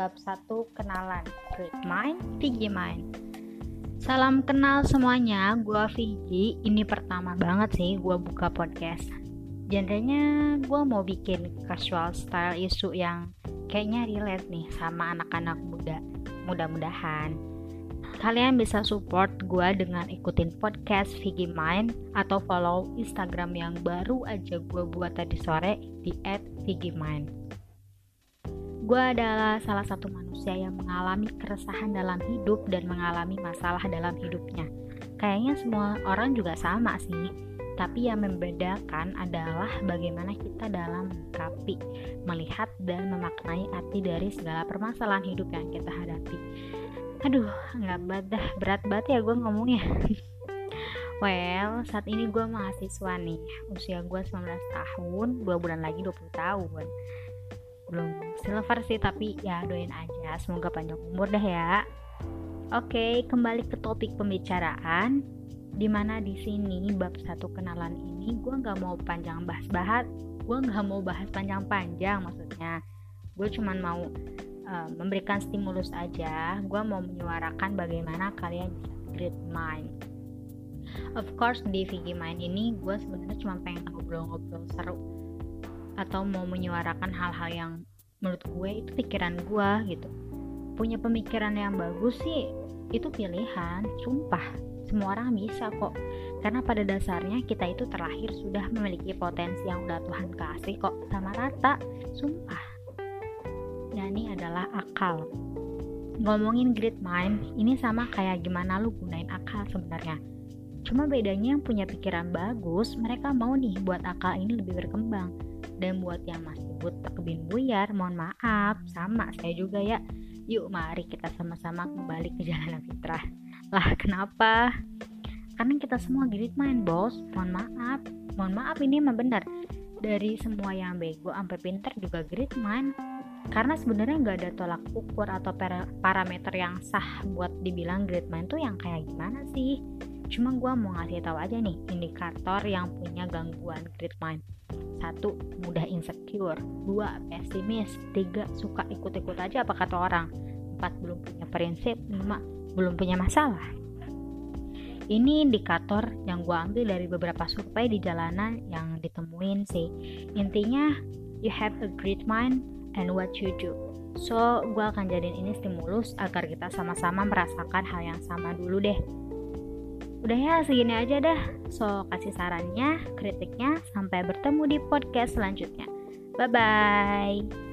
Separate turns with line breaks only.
Bab 1 Kenalan. Great Mind, Figi Mind. Salam kenal semuanya, gue Figi. Ini pertama banget sih gue buka podcast. Genrenya gue mau bikin casual style isu yang kayaknya relate nih sama anak-anak muda. Mudah-mudahan kalian bisa support gue dengan ikutin podcast Figi Mind atau follow Instagram yang baru aja gue buat tadi sore di @figimind. Gue adalah salah satu manusia yang mengalami keresahan dalam hidup dan mengalami masalah dalam hidupnya. Kayaknya semua orang juga sama sih, tapi yang membedakan adalah bagaimana kita dalam menyikapi, melihat, dan memaknai arti dari segala permasalahan hidup yang kita hadapi. Aduh, berat banget ya gue ngomongnya. Well, saat ini gue mahasiswa nih, usia gue 19 tahun, 2 bulan lagi 20 tahun. Belum silver sih, tapi ya doain aja, semoga panjang umur dah ya. Oke, kembali ke topik pembicaraan, dimana di sini bab 1 kenalan ini gue nggak mau bahas panjang-panjang, maksudnya gue cuman mau memberikan stimulus aja. Gue mau menyuarakan bagaimana kalian bisa great mind. Of course di Figi Mind ini gue sebenarnya cuma pengen ngobrol-ngobrol seru atau mau menyuarakan hal-hal yang menurut gue itu pikiran gue gitu. Punya pemikiran yang bagus sih itu pilihan, sumpah semua orang bisa kok, karena pada dasarnya kita itu terlahir sudah memiliki potensi yang udah Tuhan kasih kok, sama rata, sumpah. Nah, ini adalah akal. Ngomongin great mind ini sama kayak gimana lu gunain akal sebenarnya. Cuma bedanya yang punya pikiran bagus, mereka mau nih buat akal ini lebih berkembang. Dan buat yang masih buta kebin buyar, mohon maaf, sama saya juga ya. Yuk mari kita sama-sama kembali ke jalan fitrah. Lah kenapa? Karena kita semua great mind bos. Mohon maaf ini emang benar. Dari semua yang bego sampai pinter juga great mind. Karena sebenarnya gak ada tolak ukur atau parameter yang sah buat dibilang great mind tuh yang kayak gimana sih. Cuma gue mau ngasih tahu aja nih indikator yang punya gangguan great mind. 1. Mudah insecure. 2. Pesimis. 3. Suka ikut-ikut aja apa kata orang. 4. Belum punya prinsip. 5. Belum punya masalah. Ini indikator yang gue ambil dari beberapa survei di jalanan yang ditemuin sih. Intinya, you have a great mind and what you do. So, gue akan jadiin ini stimulus agar kita sama-sama merasakan hal yang sama dulu deh. Udah ya, segini aja dah. So, kasih sarannya, kritiknya. Sampai bertemu di podcast selanjutnya. Bye-bye.